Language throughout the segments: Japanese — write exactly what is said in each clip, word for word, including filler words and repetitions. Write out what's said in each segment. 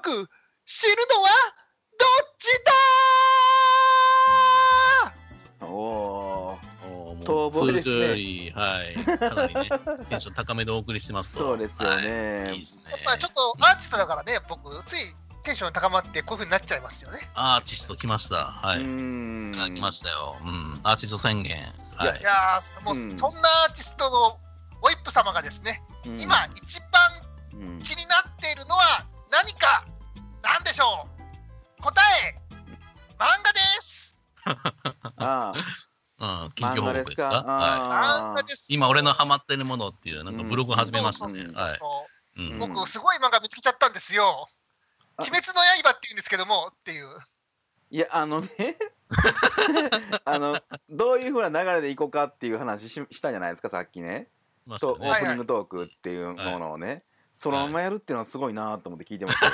く死ぬのはどっちだ。 おーおーも逃う通亡ですね常より、はい、かなりねテンション高めでお送りしてますと。 そうですよね、 はい、いいですね。 やっぱりちょっとアーティストだからね、僕ついテンション高まってこういう風になっちゃいますよね。 アーティスト来ました。はうい。 ーん来ましたよ。うん。アーティスト宣言。はいい。 やーもううんそんなアーティストのホイップ様がですね、 うん今一番うん気になっているのは何かなんでしょう。答え漫画です。 あうん。 あ近況報告ですか。 漫画ですかはい。 あー漫画です。 今俺のハマってるものっていうなんかブログ始めましたね。 そうそうそうはい。 そううん。 うん僕すごい漫画見つけちゃったんですよ。 あ鬼滅の刃って言うんですけどもっていう。 いやあのねあのどういう風な流れでいこうかっていう話 し, したじゃないですかさっきねとオましたね。 ープニングトークっていうものをね、そのままやるっていうのはすごいなと思って聞いてましたよ、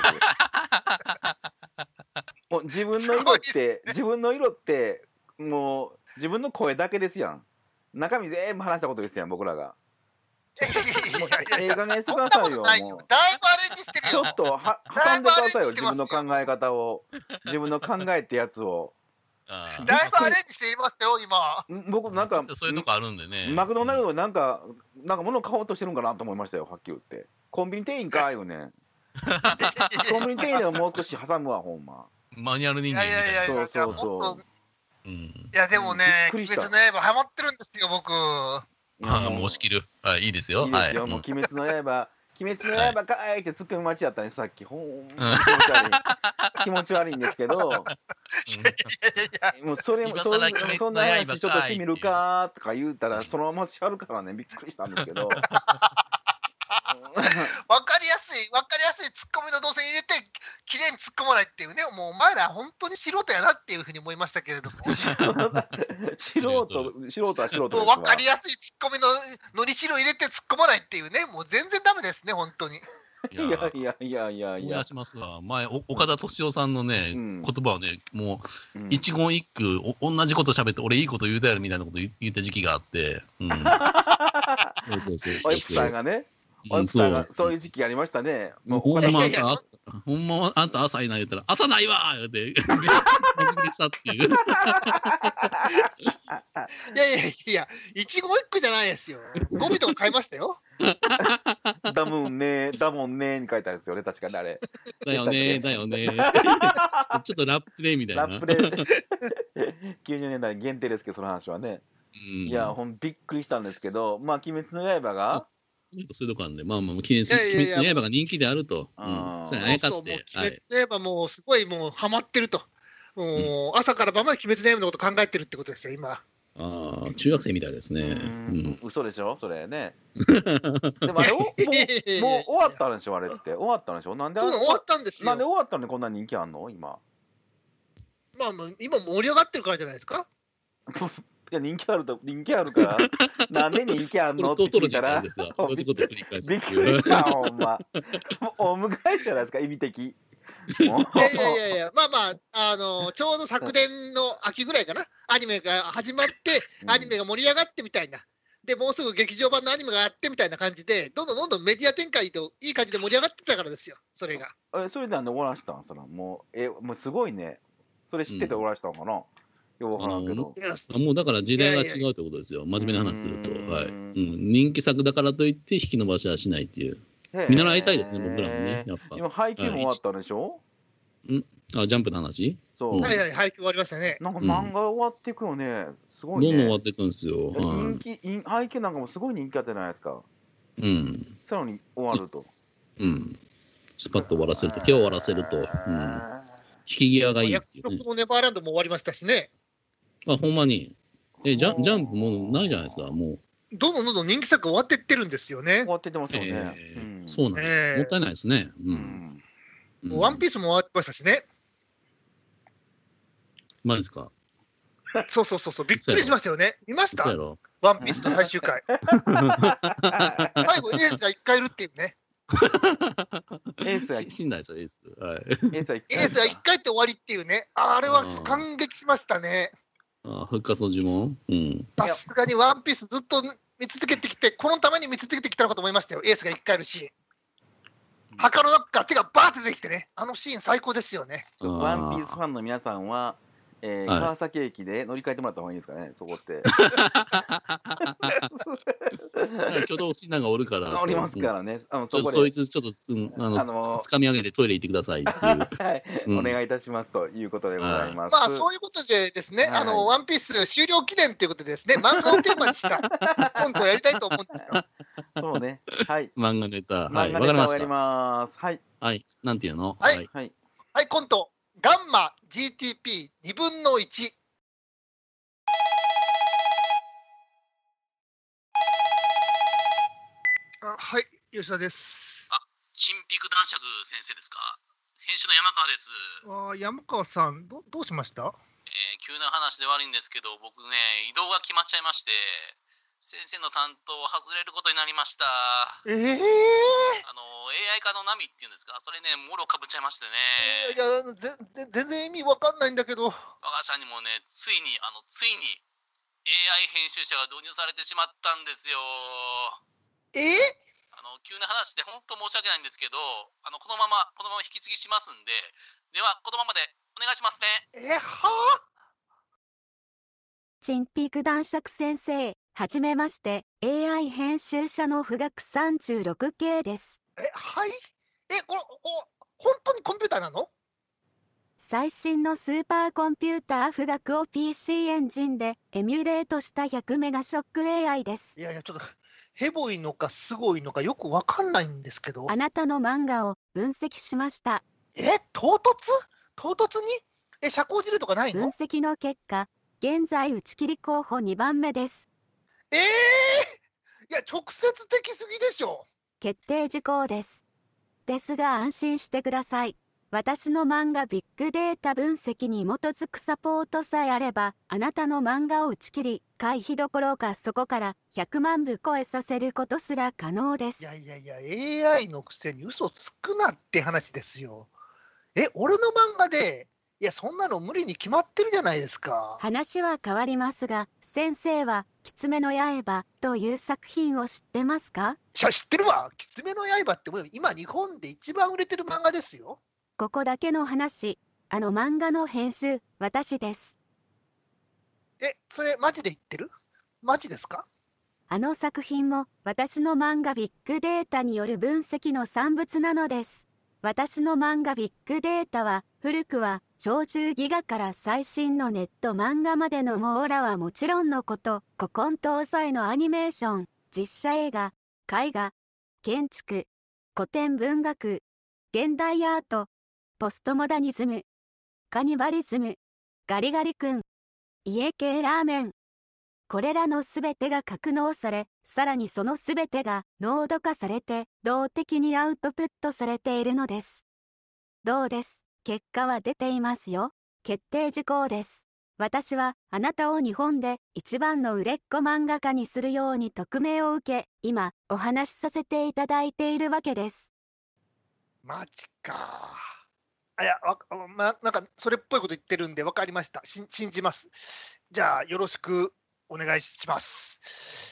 もう自分の色って、自分の色ってもう自分の声だけですやん。中身全部話したことですやん僕らが。 いやいやいやいやええ加減してくそんなださいよ。 ことないよ。 もうだいぶアレンジしてるよ。 ちょっとは挟んでくださいよだいぶアレンジしてますよ自分の考え方を、自分の考えってやつを。 あーだいぶアレンジしていましたよ今。 ん僕なんかそういうとこあるんでね。 マクドナルドなんかなんか物買おうとしてるんかなと思いましたよはっきり言って。コンビニ店員かいうねん。コンビニ店員でももう少し挟むわほんま。 マニュアル人間みいやいやいたいな。 やいやそうそうそうもっとうん。 いやでもね、鬼びっくりした滅の刃ハマってるんですよ僕。 いやあーもう押し切る。はい、いいですよ。 いいですよ、 はい。 もう鬼滅の刃鬼滅の刃かーいってツッコミ待ちやったねさっき。ほんうんま気持ち悪い気持ち悪いんですけどいやいやいやもうそれもそん今更鬼滅の刃そんな話ちょっとかいしてみるかーとか言うたらそのまましはるからねびっくりしたんですけどわかりやすいわかりやすいツッコミの動線入れて綺麗に突っ込まないっていうね、もうお前ら本当に素人やなっていうふうに思いましたけれども。 素人素人は素人ですわ。 もう分かりやすいツッコミののりしろ入れて突っ込まないっていうね、もう全然ダメですね本当に。 いいやいやいやいやいや思い出。しますわ。前、お岡田敏夫さんのね、 うん言葉をね、もう、 うん一言一句お、同じこと喋って、俺いいこと言うたやろみたいなこと言言った時期があって、うん。そうそうそうそうおいプさんがね、おうんいプさんがそうそういう時期ありましたね。もうほんまあんいやいやた、朝ほんまあんた朝いな言ったら、朝ないわー言うて、びっくりしたっていう。 いやいやいや、一語一句じゃないですよ。語尾とか変えましたよ。 だもんねだもんねに書いてあるんですよね確かにあれ。 だよねだよねちょっとちょっとラップでみたいな。 ラップできゅうじゅうねんだい限定ですけどその話はね。 うん、 いやほんびっくりしたんですけど、まあ鬼滅の刃がそういうとこあるんで、まあまあ、記念すいやいやいや鬼滅の刃が人気であると。 あーうん、それあやかそうそう、もうって。はい鬼滅。の刃もうすごいもうハマってると。もう朝から晩まで鬼滅の刃のこと考えてるってことですよ今。 ああ、中学生みたいですね。 ううんん。 嘘でしょそれね。でもあれおもうもう終わったんでしょあれって終わったんでしょなんであれそうなの終わったんですよ。 なんで終わったのにこんな人気あんの今。 まあまあ今盛り上がってるからじゃないですか。 いや人気あると人気あるからなんで人気あんのってトトロじゃ聞いたらないですよ。同じこと繰り返すびっくりしたほんま。お迎えじゃないですか意味的。もういやいやいやいや、まあまあ、あのちょうど昨年の秋ぐらいかな、アニメが始まって、 うんアニメが盛り上がってみたいな、でもうすぐ劇場版のアニメがあってみたいな感じで、どんどんどんどんメディア展開といい感じで盛り上がってたからですよ、それが。 えそれでなんで終わらしたんそのもうえもうすごいねそれ知ってて終わらしたのかな、よくわからんけど。 いやあもうだから時代が違うってことですよ。真面目な話すると。 うーんはい。うん。人気作だからといって引き伸ばしはしないっていう。 へー見習いたいですね、僕らもね。やっぱ。 今配給も終わったんでしょ、 あ、ジャンプの話そう、 はいはい、配給終わりましたね。 なんか漫画終わっていくよね、すごどんいね。 どん終わっていくんですよ。 人は気い配給なんかもすごい人気あったじゃないですか。 い。うん。 さらに終わると。 うん。スパッと終わらせると、今日終わらせると。うん。引き際がいいっ約ていうね束。のネバーランドも終わりましたしね、 あ、ほんまに。え、ジャンジャンプもうないじゃないですか、もう。 どんどんどんどん人気作終わってってるんですよね終。わってってますよね。 えーうんそうなんだ、 ええもったいないですね。う。 うんんうんワンピースも終わってましたしね。 マジですか。 そうそうそうそう、びっくりしましたよね。見ましたそうやろ。 ワンピースの最終回。最後、エースが一回いるっていうね。 エースがし死んだでしょ、エース。はい。 エースがエースが一回って終わりっていうね。あれはちょっと感激しましたね。 あ復活の呪文うん。 さすがにワンピースずっと見続けてきて、このために見続けてきたのかと思いましたよ。エースが一回いるシ墓の中から手がバーって出てきてね、あのシーン最高ですよね。 ワンピースファンの皆さんは、えーはい川崎駅で乗り換えてもらった方がいいですかね、そこって。 挙動不審ながおるから。 おりますからね。あのちょそこでそいつちょっと、うん、あの、 あのーつかみ上げてトイレ行ってくださいっていう。 はい、 うんお願いいたしますということでございます。 まあそういうことでですね、 はいあのワンピース終了記念ということでですね、漫画をテーマにしたコントをやりたいと思うんですよ。 そうね。はい。 漫画ネタ。はい。 漫画わかりました。 ネタをやります。はい。 はい。なんていうの？ はいはい。 はい。 はい、コント、ガンマ ジーティーピーに 分のいち。あ、はい、吉田です。 チンピク男爵先生ですか？編集の山川です。 あ、山川さん、どどうしました？ えー、急な話で悪いんですけど、僕ね、移動が決まっちゃいまして、先生の担当を外れることになりました。 ええー、 あの、エーアイ 化の波っていうんですか？それね、もろかぶっちゃいましてね。 いや、ぜぜ全然意味わかんないんだけど。 我が社にもね、ついに、あの、ついに エーアイ 編集者が導入されてしまったんですよ。 えー、 あの急な話で本当申し訳ないんですけど、あのこのままこのまま引き継ぎしますんで、ではこのままでお願いしますね。 え、はあ？ チンピク男爵先生、はじめまして、エーアイ 編集者の富岳さんじゅうろく系です。 え、はい？え、これ、お本当にコンピューターなの？ 最新のスーパーコンピューター富岳を ピーシー エンジンでエミュレートしたひゃくメガショック エーアイ です。 いやいや、ちょっと、ヘボいのかすごいのかよくわかんないんですけど。 あなたの漫画を分析しました。 え、唐突？唐突に？え、社交辞令とかないの？ 分析の結果、現在打ち切り候補にばんめです。 えー、いや、直接的すぎでしょ。 決定事項です。ですが安心してください。私の漫画ビッグデータ分析に基づくサポートさえあれば、あなたの漫画を打ち切り、回避どころかそこからひゃくまんぶ超えさせることすら可能です。 いやいやいや、エーアイ のくせに嘘つくなって話ですよ。え、俺の漫画で、いや、そんなの無理に決まってるじゃないですか。 話は変わりますが、先生はきつめの刃という作品を知ってますか？ しゃ知ってるわ。きつめの刃ってもう今日本で一番売れてる漫画ですよ。 ここだけの話、あの漫画の編集、私です。 え、それマジで言ってる？マジですか？ あの作品も私の漫画ビッグデータによる分析の産物なのです。私の漫画ビッグデータは古くは超重ギガから最新のネット漫画までの網羅はもちろんのこと、古今東西のアニメーション、実写映画、絵画、建築、古典文学、現代アート、ポストモダニズム、カニバリズム、ガリガリ君、家系ラーメン。これらのすべてが格納され、さらにそのすべてが濃度化されて、動的にアウトプットされているのです。どうです。結果は出ていますよ。決定事項です。私はあなたを日本で一番の売れっ子漫画家にするように特命を受け、今お話しさせていただいているわけです。 マジか。あ、いや、わま、なんかそれっぽいこと言ってるんで分かりました。し信じます。じゃあよろしくお願いします。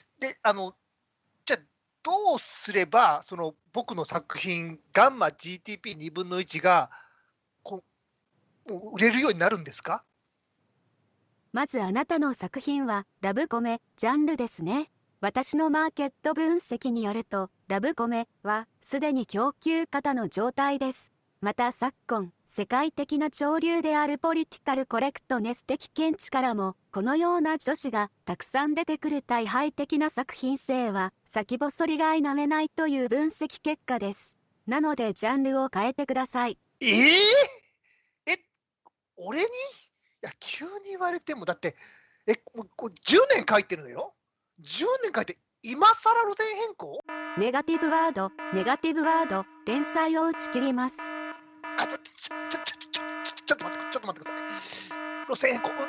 で、あの、じゃあどうすればその僕の作品ガンマ ジーティーピーに 分のいちがこう売れるようになるんですか？ まずあなたの作品はラブコメジャンルですね。私のマーケット分析によると、ラブコメはすでに供給過多の状態です。また昨今、世界的な潮流であるポリティカルコレクトネス的見地からも、このような女子がたくさん出てくる大敗的な作品性は、先細りが否めないという分析結果です。なのでジャンルを変えてください。 えー、え、俺に？いや、急に言われても、だって、え、もうこうじゅうねん書いてるのよ。じゅうねん書いて、今更路線変更？ ネガティブワード、ネガティブワード、連載を打ち切ります。 あ、ちょ、ちょ、ちょ、ちょ、ちょ、ちょっと待って、ちょっと待ってください。路線変更、うん、うん、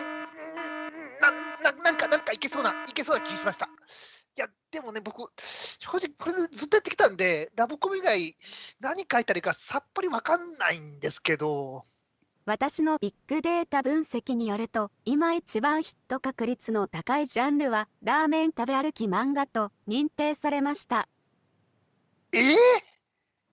な、な、なんか、なんかいけそうな、いけそうな気がしました。いや、でもね、僕、正直、これずっとやってきたんで、ラブコメ以外、何書いたらいいかさっぱりわかんないんですけど。 私のビッグデータ分析によると、今一番ヒット確率の高いジャンルは、ラーメン食べ歩き漫画と認定されました。 えー、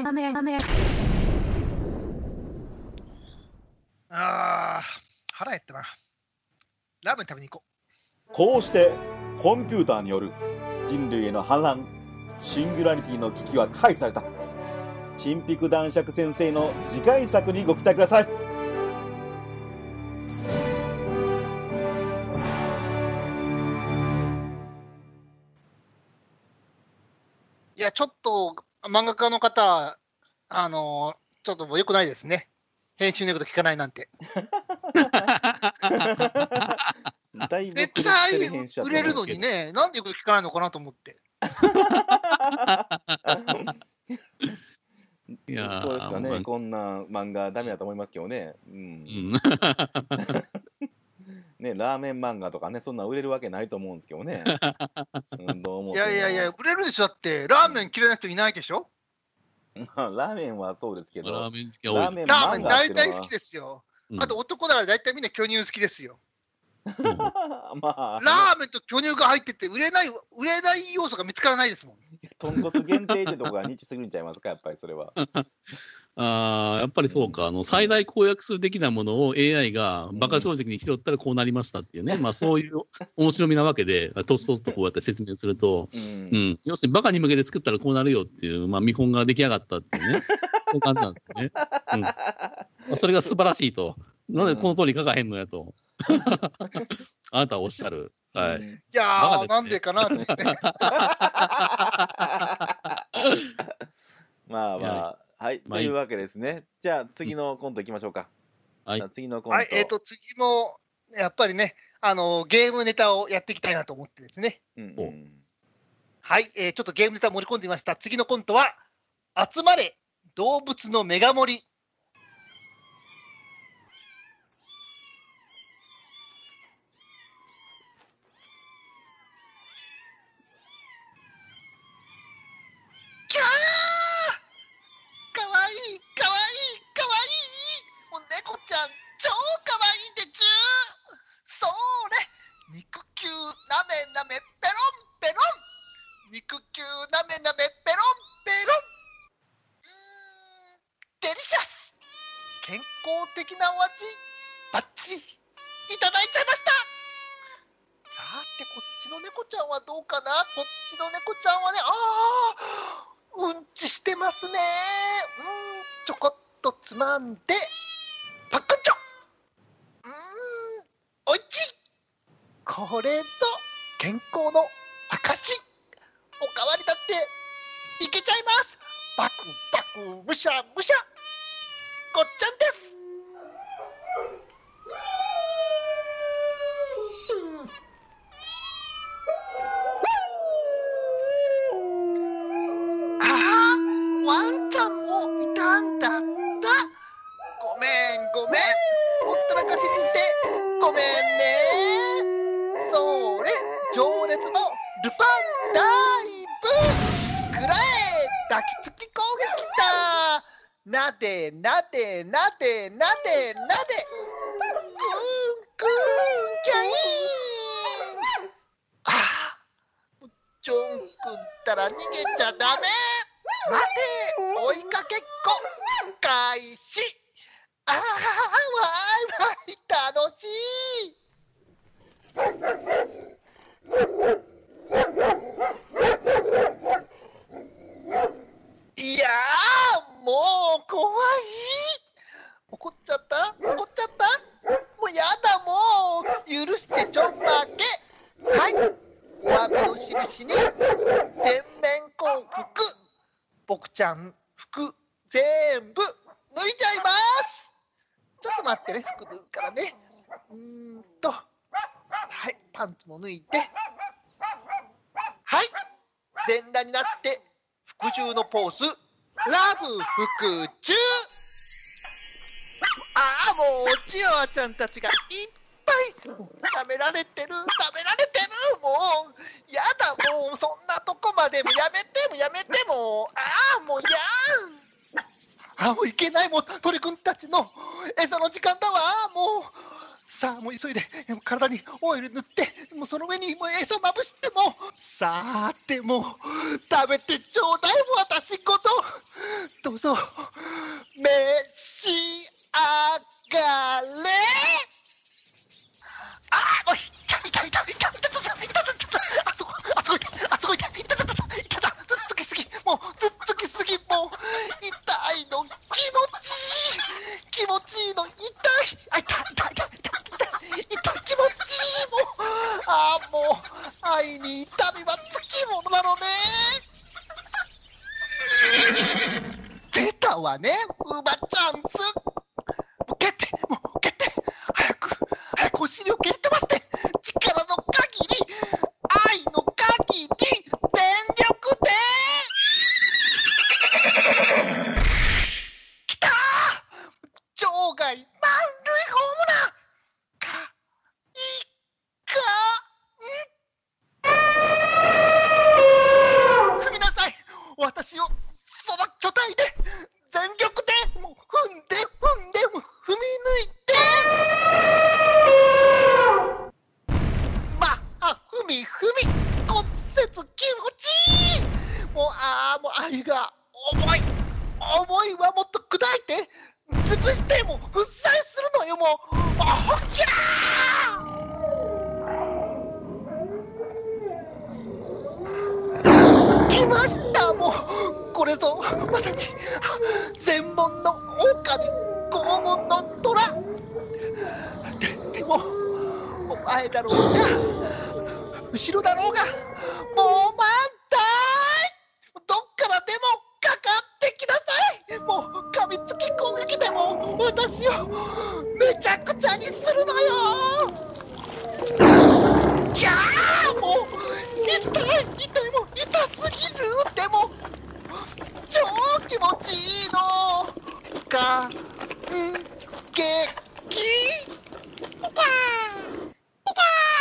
メアメアメ。 あー、腹減ったな。ラーメン食べに行ここうしてコンピューターによる人類への反乱、シンギュラリティの危機は回避された。チンピク男爵先生の次回作にご期待ください。 う。いや、ちょっと漫画家の方、あのちょっともう良くないですね。編集の言うこと聞かないなんて。 だいぶ絶狂って対る編集だと売れる思うんですけどのにね、なんで言うこと聞かないのかなと思って。 いやーそうですかね、 ほんまにこんな漫画ダメだと思いますけどね。うんうんね、ラーメン漫画とかね、そんな売れるわけないと思うんですけどね。うん、どう思っいてもやいやいや、売れるでしょ。だって、ラーメン嫌いな人いないでしょ。 まあラーメンはそうですけど、 ラーメン好きは多いですラーメンラーメン漫画っていうのは大体好きですよ。 あと男だから大体みんな巨乳好きですよ。 まあ、 ラーメンと巨乳が入ってて売れない売れない要素が見つからないですもん。 豚骨限定ってとこがニッチすぎるんちゃいますか、やっぱりそれは。 あやっぱりそうか、あの最大公約数的なものを エーアイ がバカ正直に拾ったらこうなりましたっていうね、うん、まあそういう面白みなわけで、とつとつとこうやって説明すると、うんうん、要するにバカに向けて作ったらこうなるよっていう、まあ、見本が出来上がったっていうね、そういう感じなんですよね。うんまあ、それが素晴らしいと。なんでこの通り書かへんのやと。あなたはおっしゃる。はい。 いやー、ね、なんでかなって、ね。 まあまあ。はい、というわけですね。じゃあ次のコントいきましょうか。 はい。 次のコント。 はい、えっと次もやっぱりね、あのゲームネタをやっていきたいなと思ってですね。うんうん、はい、えー、ちょっとゲームネタ盛り込んでみました。次のコントは集まれ動物のメガ盛り。これぞ健康の証。おかわりだっていけちゃいます。バクバクむしゃむしゃごっちゃんです。ああ、ワンちゃんもいたんだった。ごめんごめん、ほったらかしにしてごめんね。それ情熱のルパンダイブ、くらえ抱きつき攻撃だ。なでなでなでなでなで、ぐーんぐーんキャイーン。ああ、ジョン君ったら逃げちゃダメ。待て、追いかけっこ開始。ああ、わーいわい楽しい。いやー、もう怖い。怒っちゃった怒っちゃった。もうやだ、もう許してちょんまげ。はい、お詫びの印に全面降伏。僕ちゃん服全部脱いじゃいます。ちょっと待ってね、服脱ぐからね。うーんとはい、パンツも脱いで、はい、全裸になって服従のポーズ、ラブ服従。ああ、もうおちわちゃんたちがいっぱい食べられてる食べられてる。もうやだ、もうそんなとこまでもやめてもやめても。ああ、もうやん。ああ、もういけない。もう鳥くんたちの餌の時間だわ。もうさあ、もう急いで体にオイル塗って、もうその上にもう餌まぶしても、さーてもう食べてちょうだい。もう私ごとどうぞ召し上がれ。ああ、もう痛い痛い痛い痛い痛い痛い痛い痛い、あそこあそこ痛い、あそこ痛い、痛い痛い痛い痛い痛い、ずっつきすぎ、もうずっつきすぎ、もう痛いの気持ちいい、気持ちいいの痛い、あ、痛い痛い痛い痛い痛い気持ちいい。もうああ、もう愛に痛みはつきものなのね。出たわね、ウバチャンス。もう蹴って、もう蹴って、早く早くお尻を蹴り飛ばして、力の限り愛の限り全力で。きたー、場外満塁ホームラン。かいかん、踏みなさい。私をその巨体で全力でもう踏んで踏んでも踏み抜いて。 愛が重い重いはもっと砕いて潰しても粉砕するのよもうあっきゃー来ましたもうこれぞまさに全門の狼拷問の虎で, でも前だろうが後ろだろうがもう満タイどっからでもかかってきなさいもう噛みつき攻撃でも私をめちゃくちゃにするのよギャーもう痛い痛いもう痛すぎるでも超気持ちいいのかんけきピカーピカ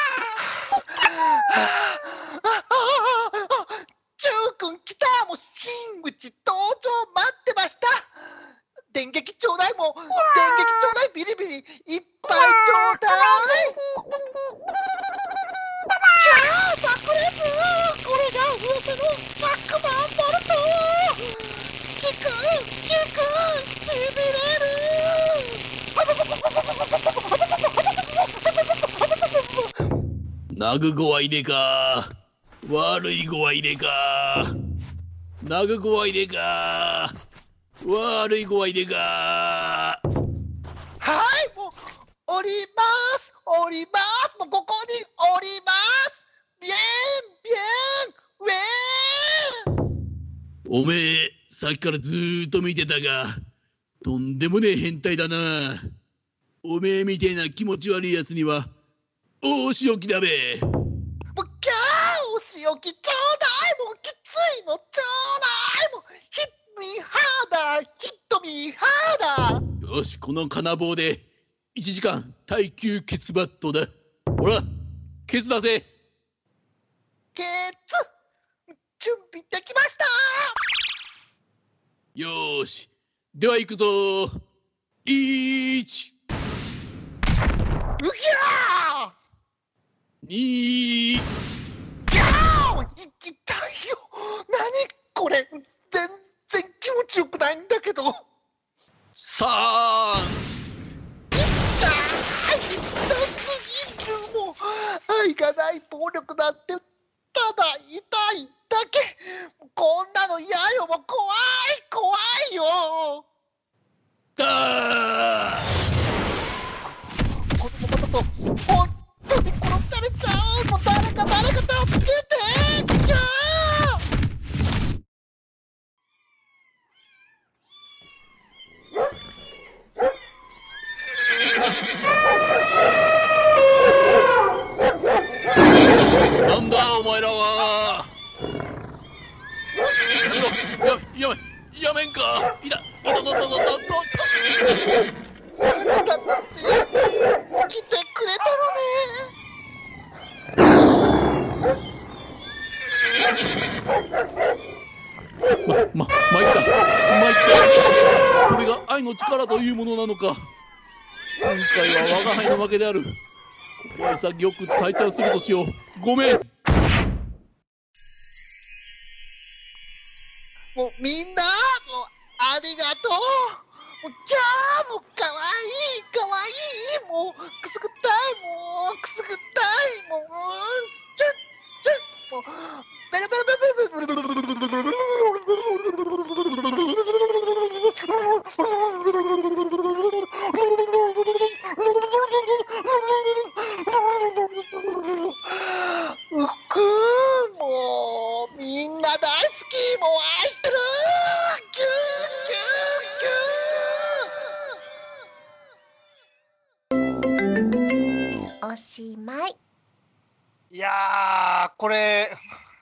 ーチュウ君来たもう真打ち登場待ってました電撃ちょうだいもう電撃ちょうだいビリビリいっぱいちょうだいキャー炸裂これが噂のひゃくまんボルト効く効くしびれるナグゴはいねか悪い子はいねかナグゴはいねか悪い子はいねかはいもう降ります降りますもうここに降りますビエンビエンウェーンおめえさっきからずーっと見てたがとんでもねえ変態だなおめえみてえな気持ち悪いやつにはお仕置きだべもうキャーお仕置きちょうだいもうきついのちょうだいもうヒットミーハーダーヒットミーハーダーよしこの金棒でいちじかん耐久ケツバットだほらケツ出せケツ準備できましたよーしでは行くぞいちうぎゃーにーギャー痛いよ何これ全然気持ちよくないんだけどさん痛い痛すぎるもう愛がない暴力なんてただ痛いだけこんなの嫌よもう怖い怖いよだーこのままだと本当に殺されちゃうもう誰か誰か助けてギャーなんだお前らはやめやめやめんかいたいたとととととあなたたち来てくれたま、ま、参った参ったこれが愛の力というものなのか今回は我が輩の負けであるここへ先よく退散するとしようごめんもうみんなもうありがとうもうキャーもうかわいいかわいいもうくすぐったいもうくすぐったいもうちょちょもうベラベラベラベラベラベラベラベラうくもうみんな大好きもう愛してるキューキューキューおしまい。 いやーこれ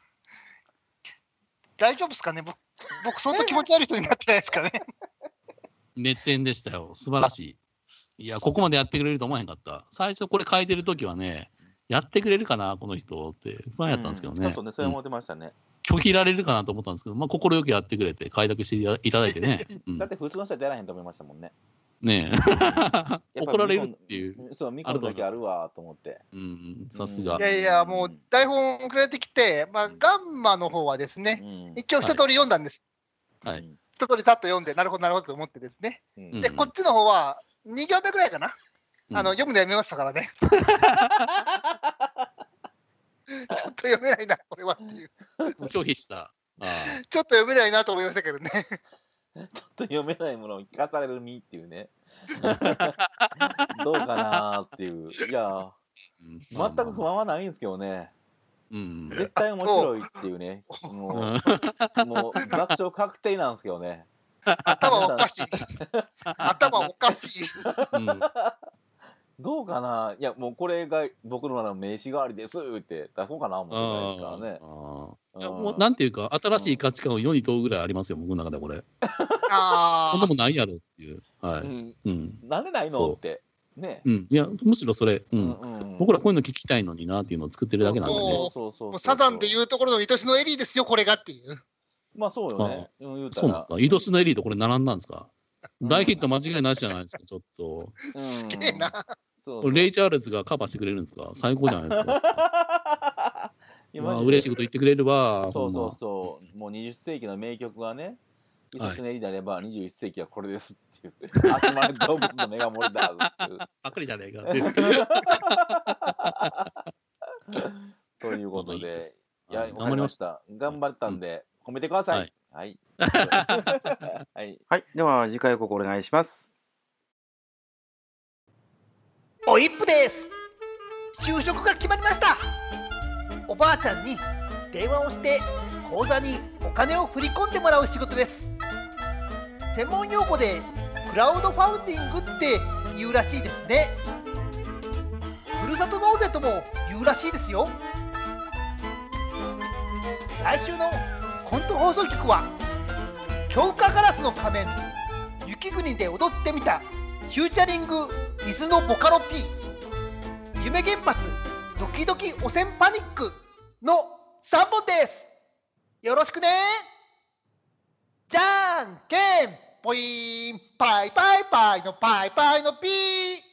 大丈夫ですかね僕僕相当気持ち悪い人になってないですかね熱演でしたよ素晴らしいいやここまでやってくれると思わへんかった最初これ書いてる時はねやってくれるかなこの人って不安やったんですけどね、 うん、ちょっとねそれ思ってましたね、 うん、拒否られるかなと思ったんですけどまあ快くやってくれて快諾していただいてね、うん、 だって普通の人は出らへんと思いましたもんねねえ怒られるっていうそう見込んだ時あるわと思ってうんさすがいやいやもう台本くれてきて、まあ、ガンマの方はですね、うん、一応一通り読んだんです、 はい。 一通りさっと読んで、なるほどなるほどと思ってですね。 うん、 で、こっちの方はに行目ぐらいかな。 うん、 あの読むのやめましたからね。ちょっと読めないな、これはっていう。 拒否した。あちょっと読めないなと思いましたけどね。 ちょっと読めないものを聞かされる身っていうね。どうかなーっていう。いや、全く不安はないんですけどね。うん、絶対面白いっていうね。もう、もう爆笑確定なんですけどね。 頭おかしい。頭おかしい。うん、 どうかな。いや、もうこれが僕の名刺代わりですって出そうかな思ってないですからね。 いや、もうなんていうか、新しい価値観を世に問うぐらいありますよ、僕の中でこれ。ああ。そんなもんないやろっていう。はい。うんうん、なんでないのって。ね。 うん。いや、むしろそれ、うん。うんうん、僕らこういうの聞きたいのになっていうのを作ってるだけなんでね。 サザンでいうところの愛しのエリーですよ、これがっていう。 まあそうよね。 まあ、そうなんですか。愛しのエリーとこれ並んだんですか。大ヒット間違いなしじゃないですか、ちょっと。 すげえな。 レイ・チャールズがカバーしてくれるんですか。最高じゃないですか。まあ、嬉しいこと言ってくれるわ。 そうそうそう。もうにじゅっ世紀の名曲がね、愛しのエリーであればにじゅういっ世紀はこれですっていう。集まる動物のメガ盛りだっていう。 ばっかりじゃねえかっていう。 ということで、いや、頑張りました。頑張ったんで、褒めてください。はい。はい。はい。では、次回予告お願いします。 おいっぷです。就職が決まりました。おばあちゃんに電話をして口座にお金を振り込んでもらう仕事です。専門用語でクラウドファウンディングって言うらしいですね。ふるさと納税とも言うらしいですよ。来週のコント放送局は強化ガラスの仮面雪国で踊ってみたフューチャリング水のボカロ P 夢原発ドキドキ汚染パニックのさんぼんです。よろしくね。じゃんけんぽいんパイパイパイのパイパイのピー。